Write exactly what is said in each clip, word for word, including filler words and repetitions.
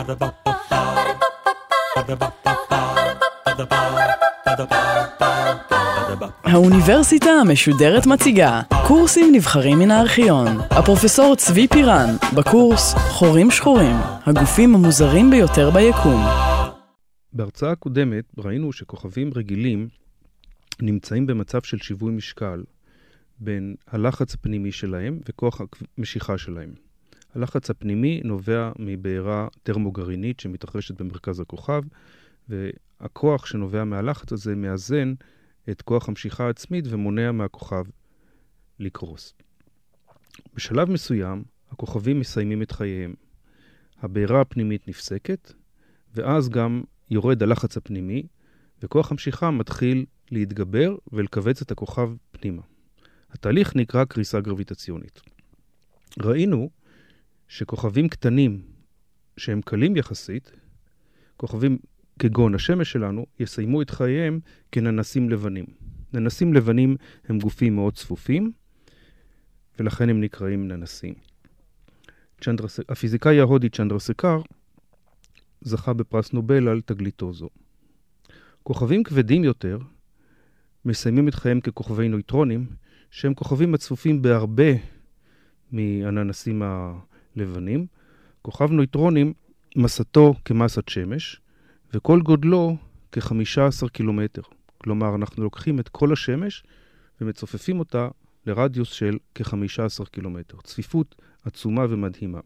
האוניברסיטה המשודרת מציגה קורסים נבחרים מן הארכיון. הפרופסור צבי פירן בקורס חורים שחורים, הגופים המוזרים ביותר ביקום. בהרצאה הקודמת ראינו שכוכבים רגילים נמצאים במצב של שיווי משקל בין הלחץ הפנימי שלהם וכוח המשיכה שלהם. הלחץ הפנימי נובע מבעירה טרמוגרעינית שמתרחשת במרכז הכוכב, והכוח שנובע מהלחץ הזה מאזן את כוח המשיכה העצמית ומונע מהכוכב לקרוס. בשלב מסוים הכוכבים מסיימים את חייהם. הבעירה הפנימית נפסקת, ואז גם יורד הלחץ הפנימי, וכוח המשיכה מתחיל להתגבר ולכווץ את הכוכב פנימה. התהליך נקרא קריסה גרביטציונית. ראינו שכוכבים קטנים שהם קלים יחסית, כוכבים כגון השמש שלנו, יסיימו את חייהם כננסים לבנים. ננסים לבנים הם גופים מאוד צפופים, ולכן הם נקראים ננסים. צ'נדרס... הפיזיקאי ההודי צ'נדרסקר זכה בפרס נובל על תגליתו זו. כוכבים כבדים יותר מסיימים את חייהם ככוכבי נויטרונים, שהם כוכבים הצפופים בהרבה מהננסים הלבנים. כוכב נויטרונים מסתו כמסת שמש, וכל גודלו כ-חמישה עשר קילומטר. כלומר, אנחנו לוקחים את כל השמש ומצופפים אותה לרדיוס של כ-חמישה עשר קילומטר. צפיפות עצומה ומדהימה.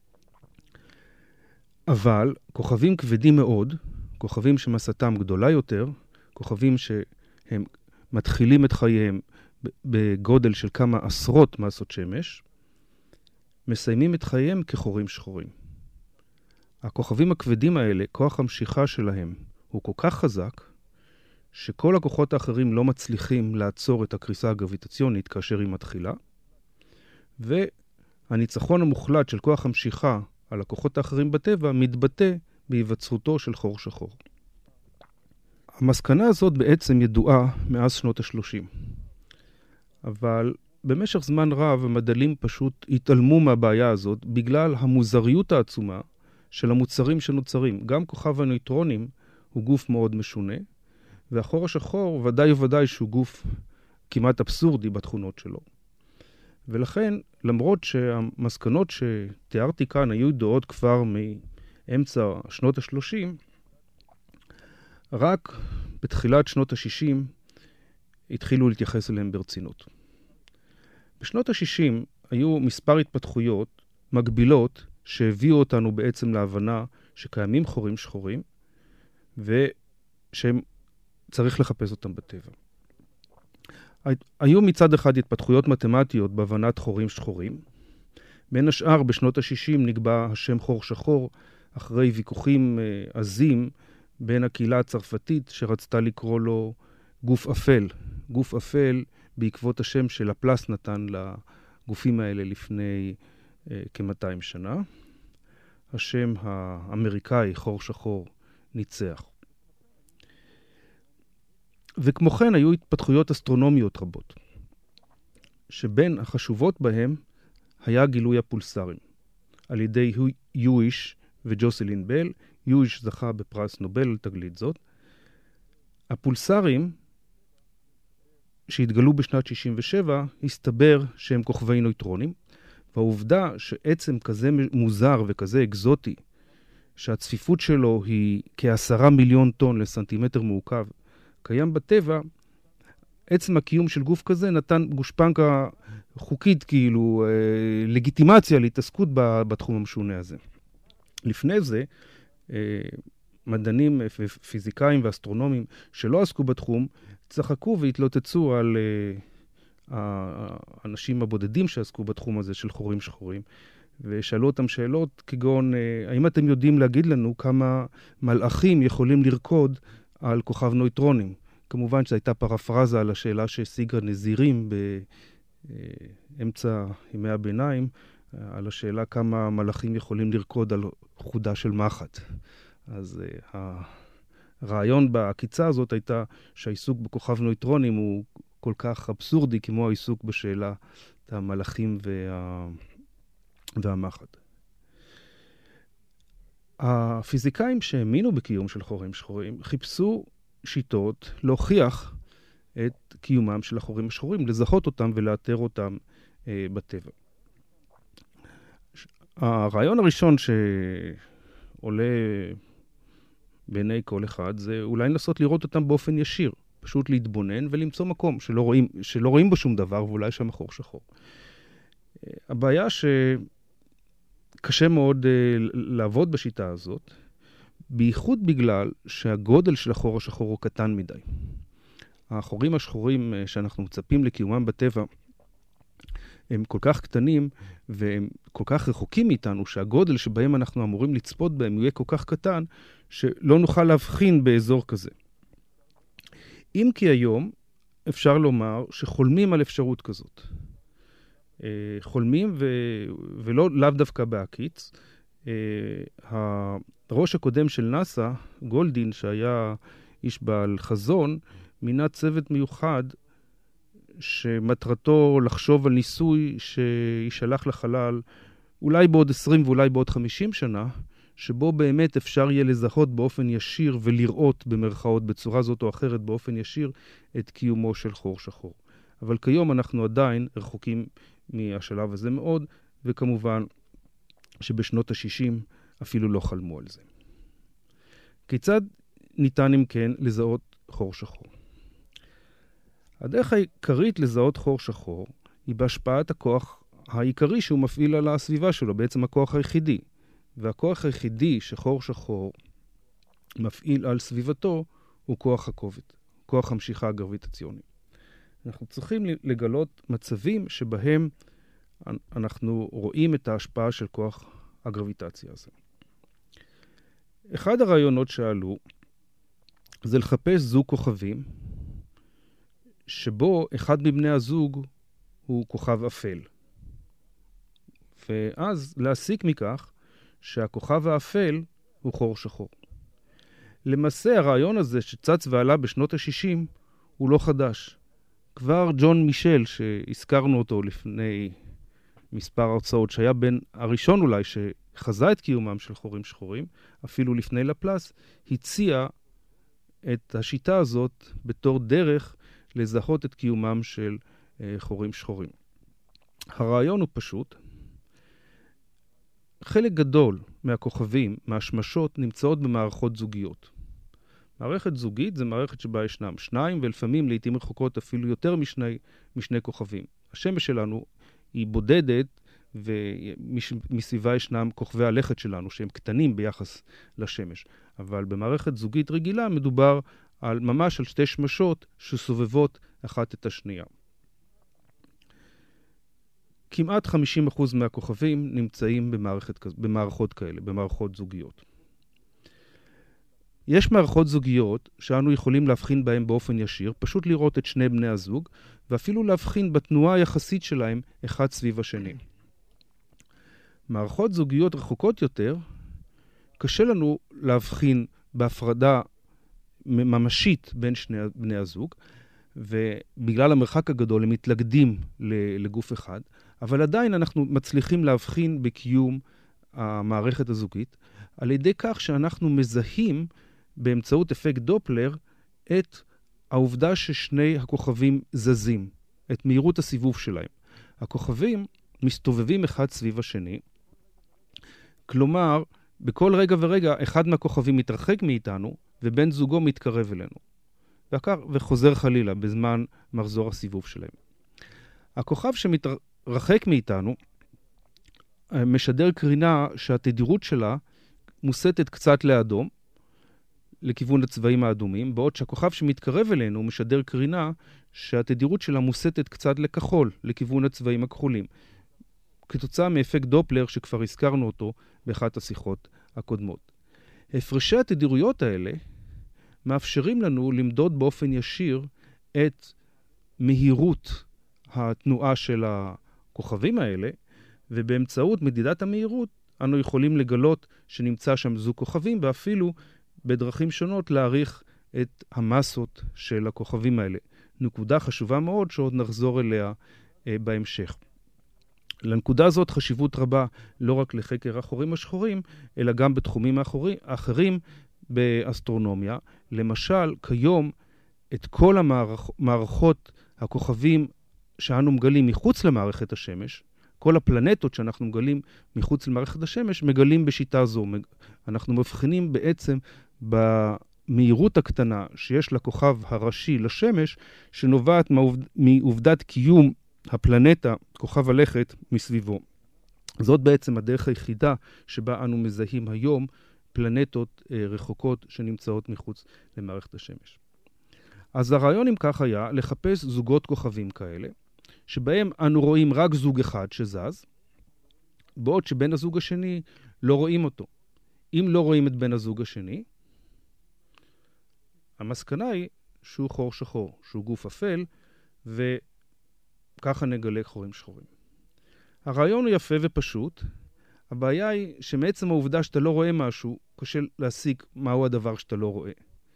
אבל כוכבים כבדים מאוד, כוכבים שמסתם גדולה יותר, כוכבים שהם מתחילים את חייהם בגודל של כמה עשרות מסות שמש, מסיימים את חייהם כחורים שחורים. הכוכבים הכבדים האלה, כוח המשיכה שלהם הוא כל כך חזק, שכל הכוחות האחרים לא מצליחים לעצור את הקריסה הגרביטציונית כאשר היא מתחילה, והניצחון המוחלט של כוח המשיכה על הכוחות האחרים בטבע מתבטא בהיווצרותו של חור שחור. המסקנה הזאת בעצם ידועה מאז שנות ה-שלושים. אבל במשך זמן רב המדענים פשוט התעלמו מהבעיה הזאת בגלל המוזריות העצומה של המוצרים שנוצרים. גם כוכב הנויטרונים הוא גוף מאוד משונה, והחור השחור ודאי וודאי שהוא גוף כמעט אבסורדי בתכונות שלו. ולכן, למרות שהמסקנות שתיארתי כאן היו ידועות כבר מאמצע שנות ה-שלושים, רק בתחילת שנות ה-שישים התחילו להתייחס אליהם ברצינות. בשנות ה-שישים היו מספר התפתחויות מקבילות שהביאו אותנו בעצם להבנה שקיימים חורים שחורים, ושהם צריך לחפש אותם בטבע. היו מצד אחד התפתחויות מתמטיות בהבנת חורים שחורים. בין השאר בשנות ה-שישים נקבע השם חור שחור אחרי ויכוחים עזים בין הקהילה הצרפתית שרצתה לקרוא לו גוף אפל. גוף אפל בעקבות השם שלפלס נתן לגופים האלה לפני אה, כ-מאתיים שנה. השם האמריקאי חור שחור ניצח. וכמו כן היו התפתחויות אסטרונומיות רבות, שבין החשובות בהם היה גילוי הפולסרים, על ידי יואיש וג'וסלין בל. יואיש זכה בפרס נובל על תגלית זאת. הפולסרים שהתגלו בשנת שישים ושבע הסתבר שהם כוכבי נויטרונים, והעובדה שעצם כזה מוזר וכזה אקזוטי, שהצפיפות שלו היא כעשרה מיליון טון לסנטימטר מעוקב, קיים בטבע, עצם הקיום של גוף כזה נתן גושפנקה חוקית, כאילו אה, לגיטימציה להתעסקות בתחום המשונה הזה. לפני זה, אה, מדענים, פיזיקאים ואסטרונומים שלא עסקו בתחום, צחקו והתלוטצו על אה, האנשים הבודדים שעסקו בתחום הזה של חורים שחורים, ושאלו אותם שאלות כגון, אה, האם אתם יודעים להגיד לנו כמה מלאכים יכולים לרקוד על כוכב נויטרונים? כמובן שהייתה פרפרזה על השאלה שהשיגה נזירים באמצע ימי הביניים, על השאלה כמה מלאכים יכולים לרקוד על חודה של מחט. אז uh, הרעיון בעקיצה הזאת הייתה שהעיסוק בכוכב נויטרונים הוא כל כך אבסורדי כמו העיסוק בשאלה המלאכים וה... והמחט. הפיזיקאים שהאמינו בקיום של חורים שחורים חיפשו שיטות להוכיח את קיומם של החורים השחורים, לזהות אותם ולאתר אותם אה, בטבע. הרעיון הראשון שעולה בעיני כל אחד זה אולי לנסות לראות אותם באופן ישיר, פשוט להתבונן ולמצוא מקום שלא רואים, שלא רואים בו שום דבר ואולי שם חור שחור. הבעיה שקשה מאוד לעבוד בשיטה הזאת, בייחוד בגלל שהגודל של החור השחור הוא קטן מדי. החורים השחורים שאנחנו מצפים לקיומם בטבע הם כל כך קטנים והם כל כך רחוקים מאיתנו שהגודל שבהם אנחנו אמורים לצפות בהם יהיה כל כך קטן שלא נוכל להבחין באזור כזה. אם כי היום אפשר לומר שחולמים על אפשרות כזאת. חולמים ו... ולא לאו דווקא בהקיץ. הראש הקודם של נאסא, גולדין, שהיה איש בעל חזון, מינה צוות מיוחד שמטרתו לחשוב על ניסוי שישלח לחלל אולי בעוד עשרים ואולי בעוד חמישים שנה, שבו באמת אפשר יהיה לזהות באופן ישיר ולראות במרכאות בצורה זאת או אחרת באופן ישיר את קיומו של חור שחור. אבל כיום אנחנו עדיין רחוקים מהשלב הזה מאוד, וכמובן שבשנות ה-שישים אפילו לא חלמו על זה. כיצד ניתן אם כן לזהות חור שחור? הדרך העיקרית לזהות חור שחור היא בהשפעת הכוח העיקרי שהוא מפעיל על הסביבה שלו, בעצם הכוח היחידי. והכוח היחידי שחור שחור מפעיל על סביבתו הוא כוח הכובד, כוח המשיכה הגרביטציוני. אנחנו צריכים לגלות מצבים שבהם אנחנו רואים את ההשפעה של כוח הגרביטציה הזה. אחד הרעיונות שעלו זה לחפש זוג כוכבים שבו אחד מבני הזוג הוא כוכב אפל. ואז להסיק מכך שהכוכב האפל הוא חור שחור. למעשה הרעיון הזה שצץ ועלה בשנות ה-שישים הוא לא חדש. כבר ג'ון מישל, שהזכרנו אותו לפני מספר הרצאות, שהיה בין הראשון אולי שחזה את קיומם של חורים שחורים, אפילו לפני לפלס, הציע את השיטה הזאת בתור דרך לזהות את קיומם של אה, חורים שחורים. הרעיון הוא פשוט. חלק גדול מהכוכבים, מהשמשות, נמצאות במערכות זוגיות. מערכת זוגית זה מערכת שבה ישנם שניים, ולפעמים לעתים רחוקות אפילו יותר משני, משני כוכבים. השמש שלנו היא בודדת, ומסביבה ישנם כוכבי הלכת שלנו, שהם קטנים ביחס לשמש. אבל במערכת זוגית רגילה מדובר על ממש על שתי שמשות שסובבות אחת את השנייה. כמעט חמישים אחוז מהכוכבים נמצאים במערכת, במערכות כאלה, במערכות זוגיות. יש מערכות זוגיות שאנו יכולים להבחין בהן באופן ישיר, פשוט לראות את שני בני הזוג, ואפילו להבחין בתנועה היחסית שלהם אחד סביב השני. מערכות זוגיות רחוקות יותר, קשה לנו להבחין בהפרדה ממשית בין שני בני הזוג, ובגלל המרחק הגדול הם מתלכדים לגוף אחד, אבל עדיין אנחנו מצליחים להבחין בקיום המערכת הזוגית, על ידי כך שאנחנו מזהים באמצעות אפקט דופלר את העובדה ששני הכוכבים זזים, את מהירות הסיבוב שלהם. הכוכבים מסתובבים אחד סביב השני, כלומר, בכל רגע ורגע אחד מהכוכבים מתרחק מאיתנו, ובן זוגו מתקרב אלינו. וחוזר חלילה בזמן מחזור הסיבוב שלהם. הכוכב שמתרחק מאיתנו משדר קרינה שהתדירות שלה מוסטת קצת לאדום, לכיוון הצבעים האדומים, בעוד שהכוכב שמתקרב אלינו משדר קרינה שהתדירות שלה מוסטת קצת לכחול, לכיוון הצבעים הכחולים. כתוצאה מאפקט דופלר שכבר הזכרנו אותו באחת השיחות הקודמות. הפרשי התדירויות האלה מאפשרים לנו למדוד באופן ישיר את מהירות התנועה של הכוכבים האלה, ובאמצעות מדידת המהירות אנו יכולים לגלות שנמצא שם זוג כוכבים, ואפילו בדרכים שונות להעריך את המסות של הכוכבים האלה. נקודה חשובה מאוד שעוד נחזור אליה אה, בהמשך. לנקודה הזאת חשיבות רבה לא רק לחקר החורים השחורים, אלא גם בתחומים האחרים באסטרונומיה. למשל, כיום את כל המערכות הכוכבים שאנו מגלים מחוץ למערכת השמש, כל הפלנטות שאנחנו מגלים מחוץ למערכת השמש, מגלים בשיטה זו. אנחנו מבחינים בעצם במהירות הקטנה שיש לכוכב הראשי לשמש, שנובעת מעובדת קיום הפלנטה, כוכב הלכת, מסביבו. זאת בעצם הדרך היחידה שבה אנו מזהים היום פלנטות רחוקות שנמצאות מחוץ למערכת השמש. אז הרעיון אם כך היה לחפש זוגות כוכבים כאלה, שבהם אנו רואים רק זוג אחד שזז, בעוד שבין הזוג השני לא רואים אותו. אם לא רואים את בין הזוג השני, המסקנה היא שהוא חור שחור, שהוא גוף אפל, וככה נגלה חורים שחורים. הרעיון הוא יפה ופשוט, הבעיה היא שמעצם העובדה שאתה לא רואה משהו, קשה להסיק מהו הדבר שאתה לא רואה.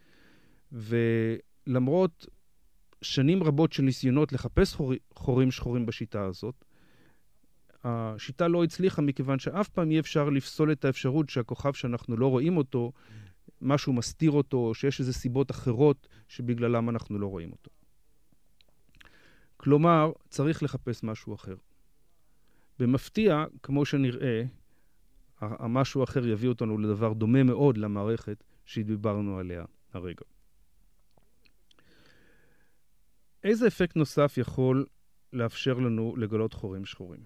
ולמרות שנים רבות של ניסיונות לחפש חורים, חורים שחורים בשיטה הזאת, השיטה לא הצליחה מכיוון שאף פעם אי אפשר לפסול את האפשרות שהכוכב שאנחנו לא רואים אותו, משהו מסתיר אותו, או שיש איזה סיבות אחרות שבגללם אנחנו לא רואים אותו. כלומר, צריך לחפש משהו אחר. במפתיע, כמו שנראה, המשהו אחר יביא אותנו לדבר דומה מאוד למערכת שדיברנו עליה הרגע. איזה אפקט נוסף יכול לאפשר לנו לגלות חורים שחורים?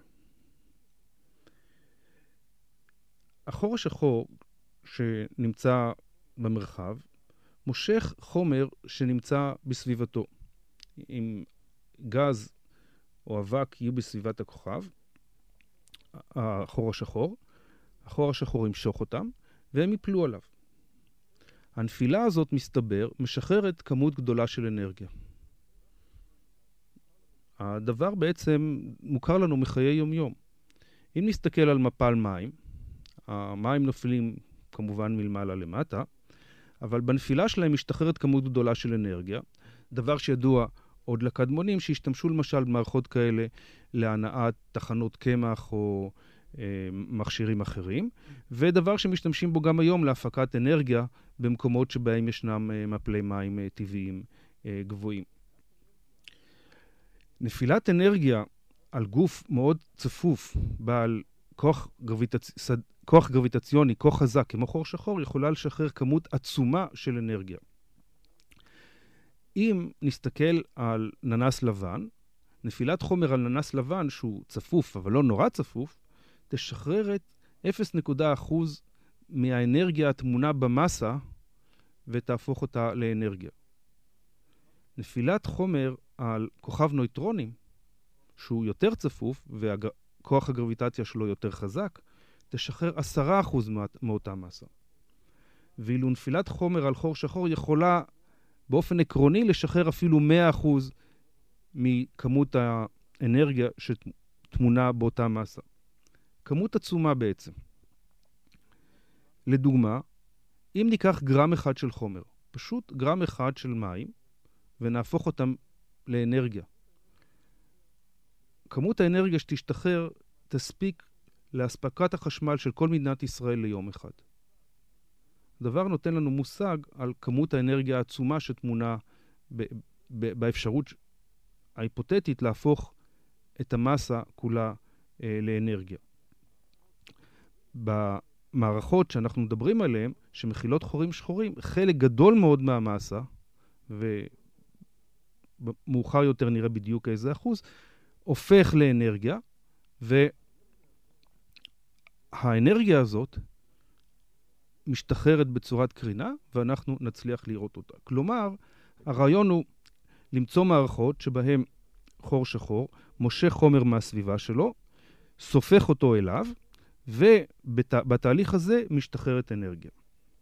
החור השחור שנמצא במרחב מושך חומר שנמצא בסביבתו. אם גז או אבק יהיו בסביבת הכוכב, החור השחור, החור השחור ימשוך אותם והם יפלו עליו. הנפילה הזאת, מסתבר, משחררת כמות גדולה של אנרגיה. הדבר בעצם מוכר לנו מחיי יום-יום. אם נסתכל על מפל מים, המים נופלים כמובן מלמעלה למטה, אבל בנפילה שלהם משתחררת כמות גדולה של אנרגיה, דבר שידוע עוד לקדמונים שהשתמשו למשל במערכות כאלה להנעת תחנות קמח או אה, מכשירים אחרים, ודבר שמשתמשים בו גם היום להפקת אנרגיה במקומות שבהם ישנם אה, מפלי מים אה, טבעיים אה, גבוהים. נפילת אנרגיה על גוף מאוד צפוף, בעל כוח, גרביטצ... כוח גרביטציוני, כוח חזק, כמו חור שחור, יכולה לשחרר כמות עצומה של אנרגיה. אם נסתכל על ננס לבן, נפילת חומר על ננס לבן, שהוא צפוף, אבל לא נורא צפוף, תשחרר את אפס נקודה אחוז מהאנרגיה התמונה במסה, ותהפוך אותה לאנרגיה. נפילת חומר על כוכב נויטרונים, שהוא יותר צפוף, וכוח הגרביטציה שלו יותר חזק, תשחרר עשרה אחוז מאותה מסה. ואילו נפילת חומר על חור שחור יכולה באופן עקרוני לשחרר אפילו מאה אחוז מכמות האנרגיה שתמונה באותה מסה. כמות עצומה בעצם. לדוגמה, אם ניקח גרם אחד של חומר, פשוט גרם אחד של מים, ונהפוך אותם לאנרגיה. כמות האנרגיה שתשתחרר תספיק להספקת החשמל של כל מדינת ישראל ליום אחד. הדבר נותן לנו מושג על כמות האנרגיה העצומה שתמונה ב- ב- באפשרות ההיפותטית להפוך את המסה כולה אה, לאנרגיה. במערכות שאנחנו מדברים עליהן, שמכילות חורים שחורים, חלק גדול מאוד מהמסה, ומאוחר יותר נראה בדיוק איזה אחוז, הופך לאנרגיה, והאנרגיה הזאת משתחררת בצורת קרינה, ואנחנו נצליח לראות אותה. כלומר, הרעיון הוא למצוא מערכות שבהן חור שחור מושך חומר מהסביבה שלו, סופך אותו אליו, ובתהליך הזה משתחררת אנרגיה.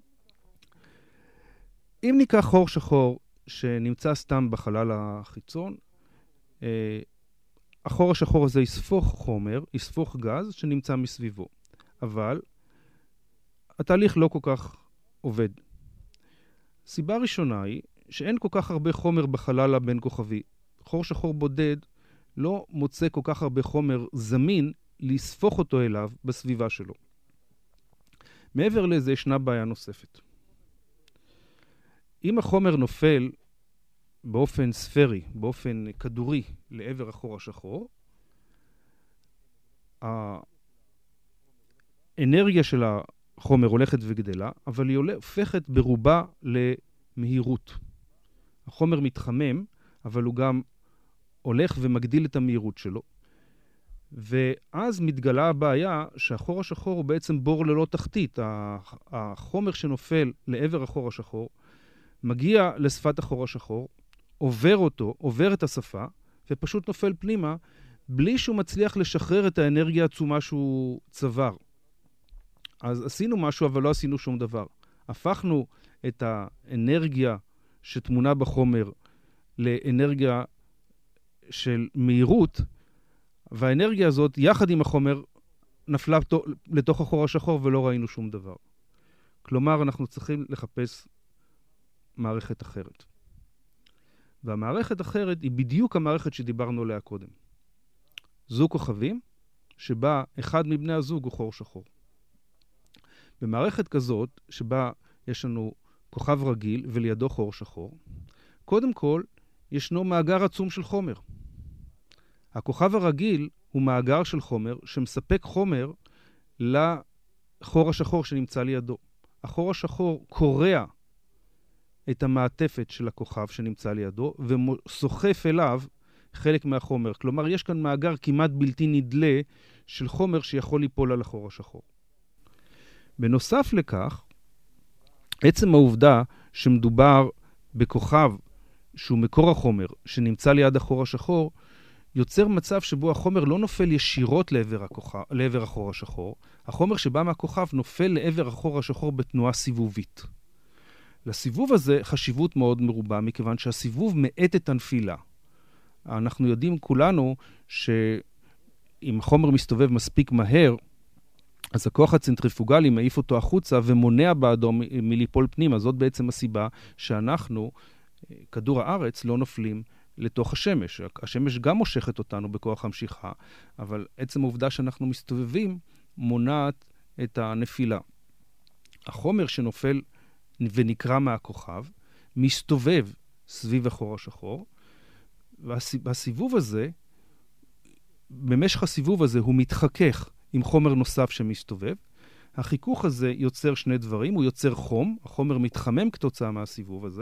אם ניקח חור שחור שנמצא סתם בחלל החיצון, החור השחור הזה יספוך חומר, יספוך גז שנמצא מסביבו. אבל התהליך לא כל כך עובד. סיבה ראשונה היא שאין כל כך הרבה חומר בחלל הבין כוכבי. חור שחור בודד לא מוצא כל כך הרבה חומר זמין לספוך אותו אליו בסביבה שלו. מעבר לזה ישנה בעיה נוספת. אם החומר נופל באופן ספרי, באופן כדורי לעבר החור השחור, האנרגיה של החומר הולכת וגדלה, אבל היא הופכת ברובה למהירות. החומר מתחמם, אבל הוא גם הולך ומגדיל את המהירות שלו. ואז מתגלה הבעיה שהחור השחור הוא בעצם בור ללא תחתית. החומר שנופל לעבר החור השחור מגיע לשפת החור השחור, עובר אותו, עובר את השפה, ופשוט נופל פנימה, בלי שהוא מצליח לשחרר את האנרגיה העצומה שהוא צבר. אז עשינו משהו, אבל לא עשינו שום דבר. הפכנו את האנרגיה שתמונה בחומר לאנרגיה של מהירות, והאנרגיה הזאת, יחד עם החומר, נפלה לתוך החור השחור ולא ראינו שום דבר. כלומר, אנחנו צריכים לחפש מערכת אחרת. והמערכת אחרת היא בדיוק המערכת שדיברנו עליה קודם. זוג כוכבים, שבה אחד מבני הזוג הוא חור שחור. במערכת כזאת, שבה יש לנו כוכב רגיל ולידו חור שחור, קודם כל, ישנו מאגר עצום של חומר. הכוכב הרגיל הוא מאגר של חומר שמספק חומר לחור השחור שנמצא לידו. החור השחור קורע את המעטפת של הכוכב שנמצא לידו וסוחף אליו חלק מהחומר. כלומר, יש כאן מאגר כמעט בלתי נדלה של חומר שיכול ליפול על החור השחור. בנוסף לכך, עצם העובדה שמדובר בכוכב שהוא מקור החומר שנמצא ליד החור השחור, יוצר מצב שבו החומר לא נופל ישירות לעבר, הכוכב, לעבר החור השחור. החומר שבא מהכוכב נופל לעבר החור השחור בתנועה סיבובית. לסיבוב הזה חשיבות מאוד מרובה, מכיוון שהסיבוב מאט את הנפילה. אנחנו יודעים כולנו שאם החומר מסתובב מספיק מהר, אז הכוח הצנטריפוגלי מעיף אותו החוצה ומונע בעדו מ- מליפול פנימה. זאת בעצם הסיבה שאנחנו, כדור הארץ, לא נופלים לתוך השמש. השמש גם מושכת אותנו בכוח המשיכה, אבל עצם העובדה שאנחנו מסתובבים מונעת את הנפילה. החומר שנופל ונקרא מהכוכב מסתובב סביב החור השחור, והסיבוב הזה, במשך הסיבוב הזה הוא מתחכך עם חומר נוסף שמסתובב. החיכוך הזה יוצר שני דברים, הוא יוצר חום, החומר מתחמם כתוצאה מהסיבוב הזה,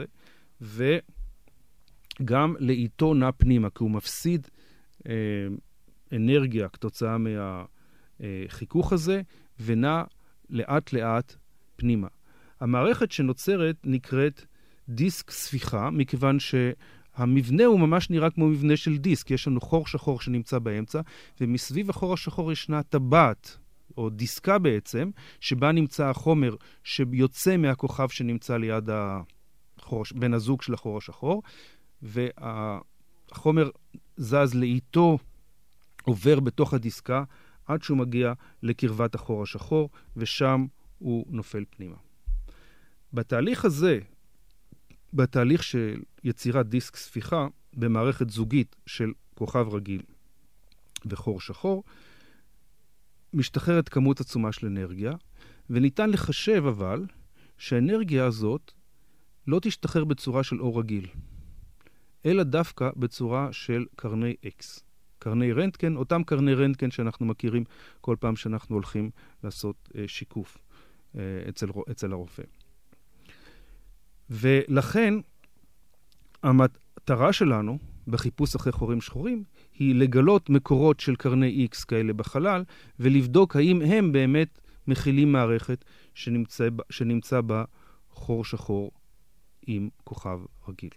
וגם לאיתו נע פנימה, כי הוא מפסיד אה, אנרגיה כתוצאה מהחיכוך הזה, ונע לאט לאט פנימה. המערכת שנוצרת נקראת דיסק ספיחה, מכיוון שהמבנה הוא ממש נראה כמו מבנה של דיסק. יש לנו חור שחור שנמצא באמצע, ומסביב החור השחור ישנה טבעת, או דיסקה בעצם, שבה נמצא החומר שיוצא מהכוכב שנמצא ליד החור, בין הזוג של החור השחור, והחומר זז לאיתו, עובר בתוך הדיסקה, עד שהוא מגיע לקרבת החור השחור, ושם הוא נופל פנימה. בתהליך הזה, בתהליך של יצירת דיסק ספיחה, במערכת זוגית של כוכב רגיל וחור שחור, משתחררת כמות עצומה של אנרגיה, וניתן לחשב אבל שהאנרגיה הזאת לא תשתחרר בצורה של אור רגיל, אלא דווקא בצורה של קרני X. קרני רנטגן, אותם קרני רנטגן שאנחנו מכירים כל פעם שאנחנו הולכים לעשות אה, שיקוף אה, אצל, אצל הרופא. ולכן המטרה שלנו בחיפוש אחרי חורים שחורים היא לגלות מקורות של קרני X כאלה בחלל, ולבדוק האם הם באמת מכילים מערכת שנמצא, שנמצא בה חור שחור עם כוכב רגיל.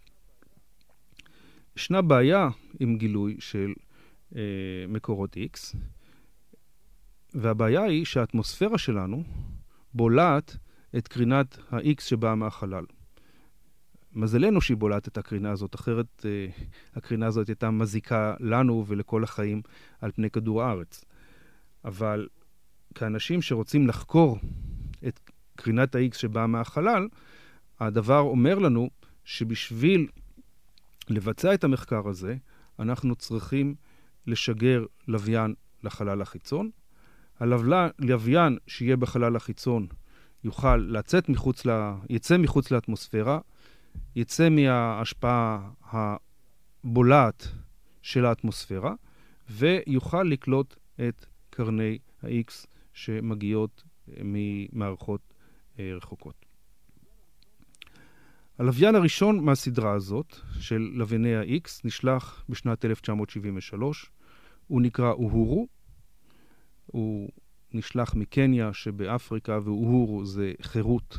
ישנה בעיה עם גילוי של אה, מקורות X, והבעיה היא שהאטמוספירה שלנו בולעת את קרינת ה-X שבאה מהחלל. מזלנו שהיא בולעת את הקרינה הזאת, אחרת אה, הקרינה הזאת הייתה מזיקה לנו ולכל החיים על פני כדור הארץ. אבל כאנשים שרוצים לחקור את קרינת ה-X שבאה מהחלל, הדבר אומר לנו שבשביל לבצע את המחקר הזה, אנחנו צריכים לשגר לוויין לחלל החיצון. הלוויין שיהיה בחלל החיצון יוכל לצאת מחוץ, לה, יצא מחוץ לאטמוספירה, יצא מההשפעה הבולעת של האטמוספירה, ויוכל לקלוט את קרני ה-X שמגיעות ממערכות רחוקות. הלוויין הראשון מהסדרה הזאת, של לווייני ה-X, נשלח בשנת אלף תשע מאות שבעים ושלוש. הוא נקרא אוהורו. הוא נשלח מקניה שבאפריקה, ואוהורו זה חירות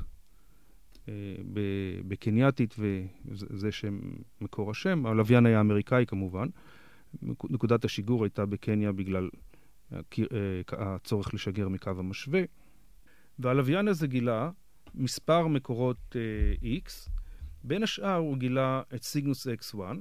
בקנייתית, וזה שם מקור השם. הלוויין היה אמריקאי כמובן. נקודת השיגור הייתה בקניה בגלל הצורך לשגר מקו המשווה. והלוויין הזה גילה מספר מקורות X. בין השאר הוא גילה את סיגנוס אקס אחת,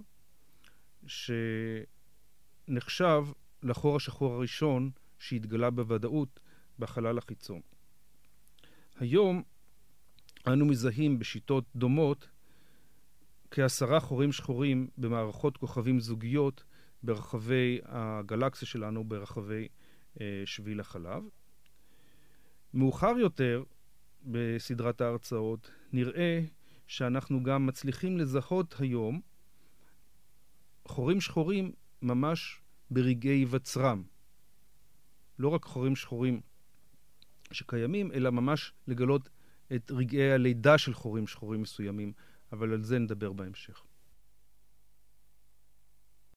שנחשב לחור השחור הראשון שהתגלה בוודאות בחלל החיצון. היום אנו מזהים בשיטות דומות כעשרה חורים שחורים במערכות כוכבים זוגיות ברחבי הגלקסיה שלנו, ברחבי אה, שביל החלב. מאוחר יותר בסדרת ההרצאות נראה שאנחנו גם מצליחים לזהות היום חורים שחורים ממש ברגעי היווצרם. לא רק חורים שחורים שקיימים, אלא ממש לגלות את רגעי הלידה של חורים שחורים מסוימים, אבל על זה נדבר בהמשך.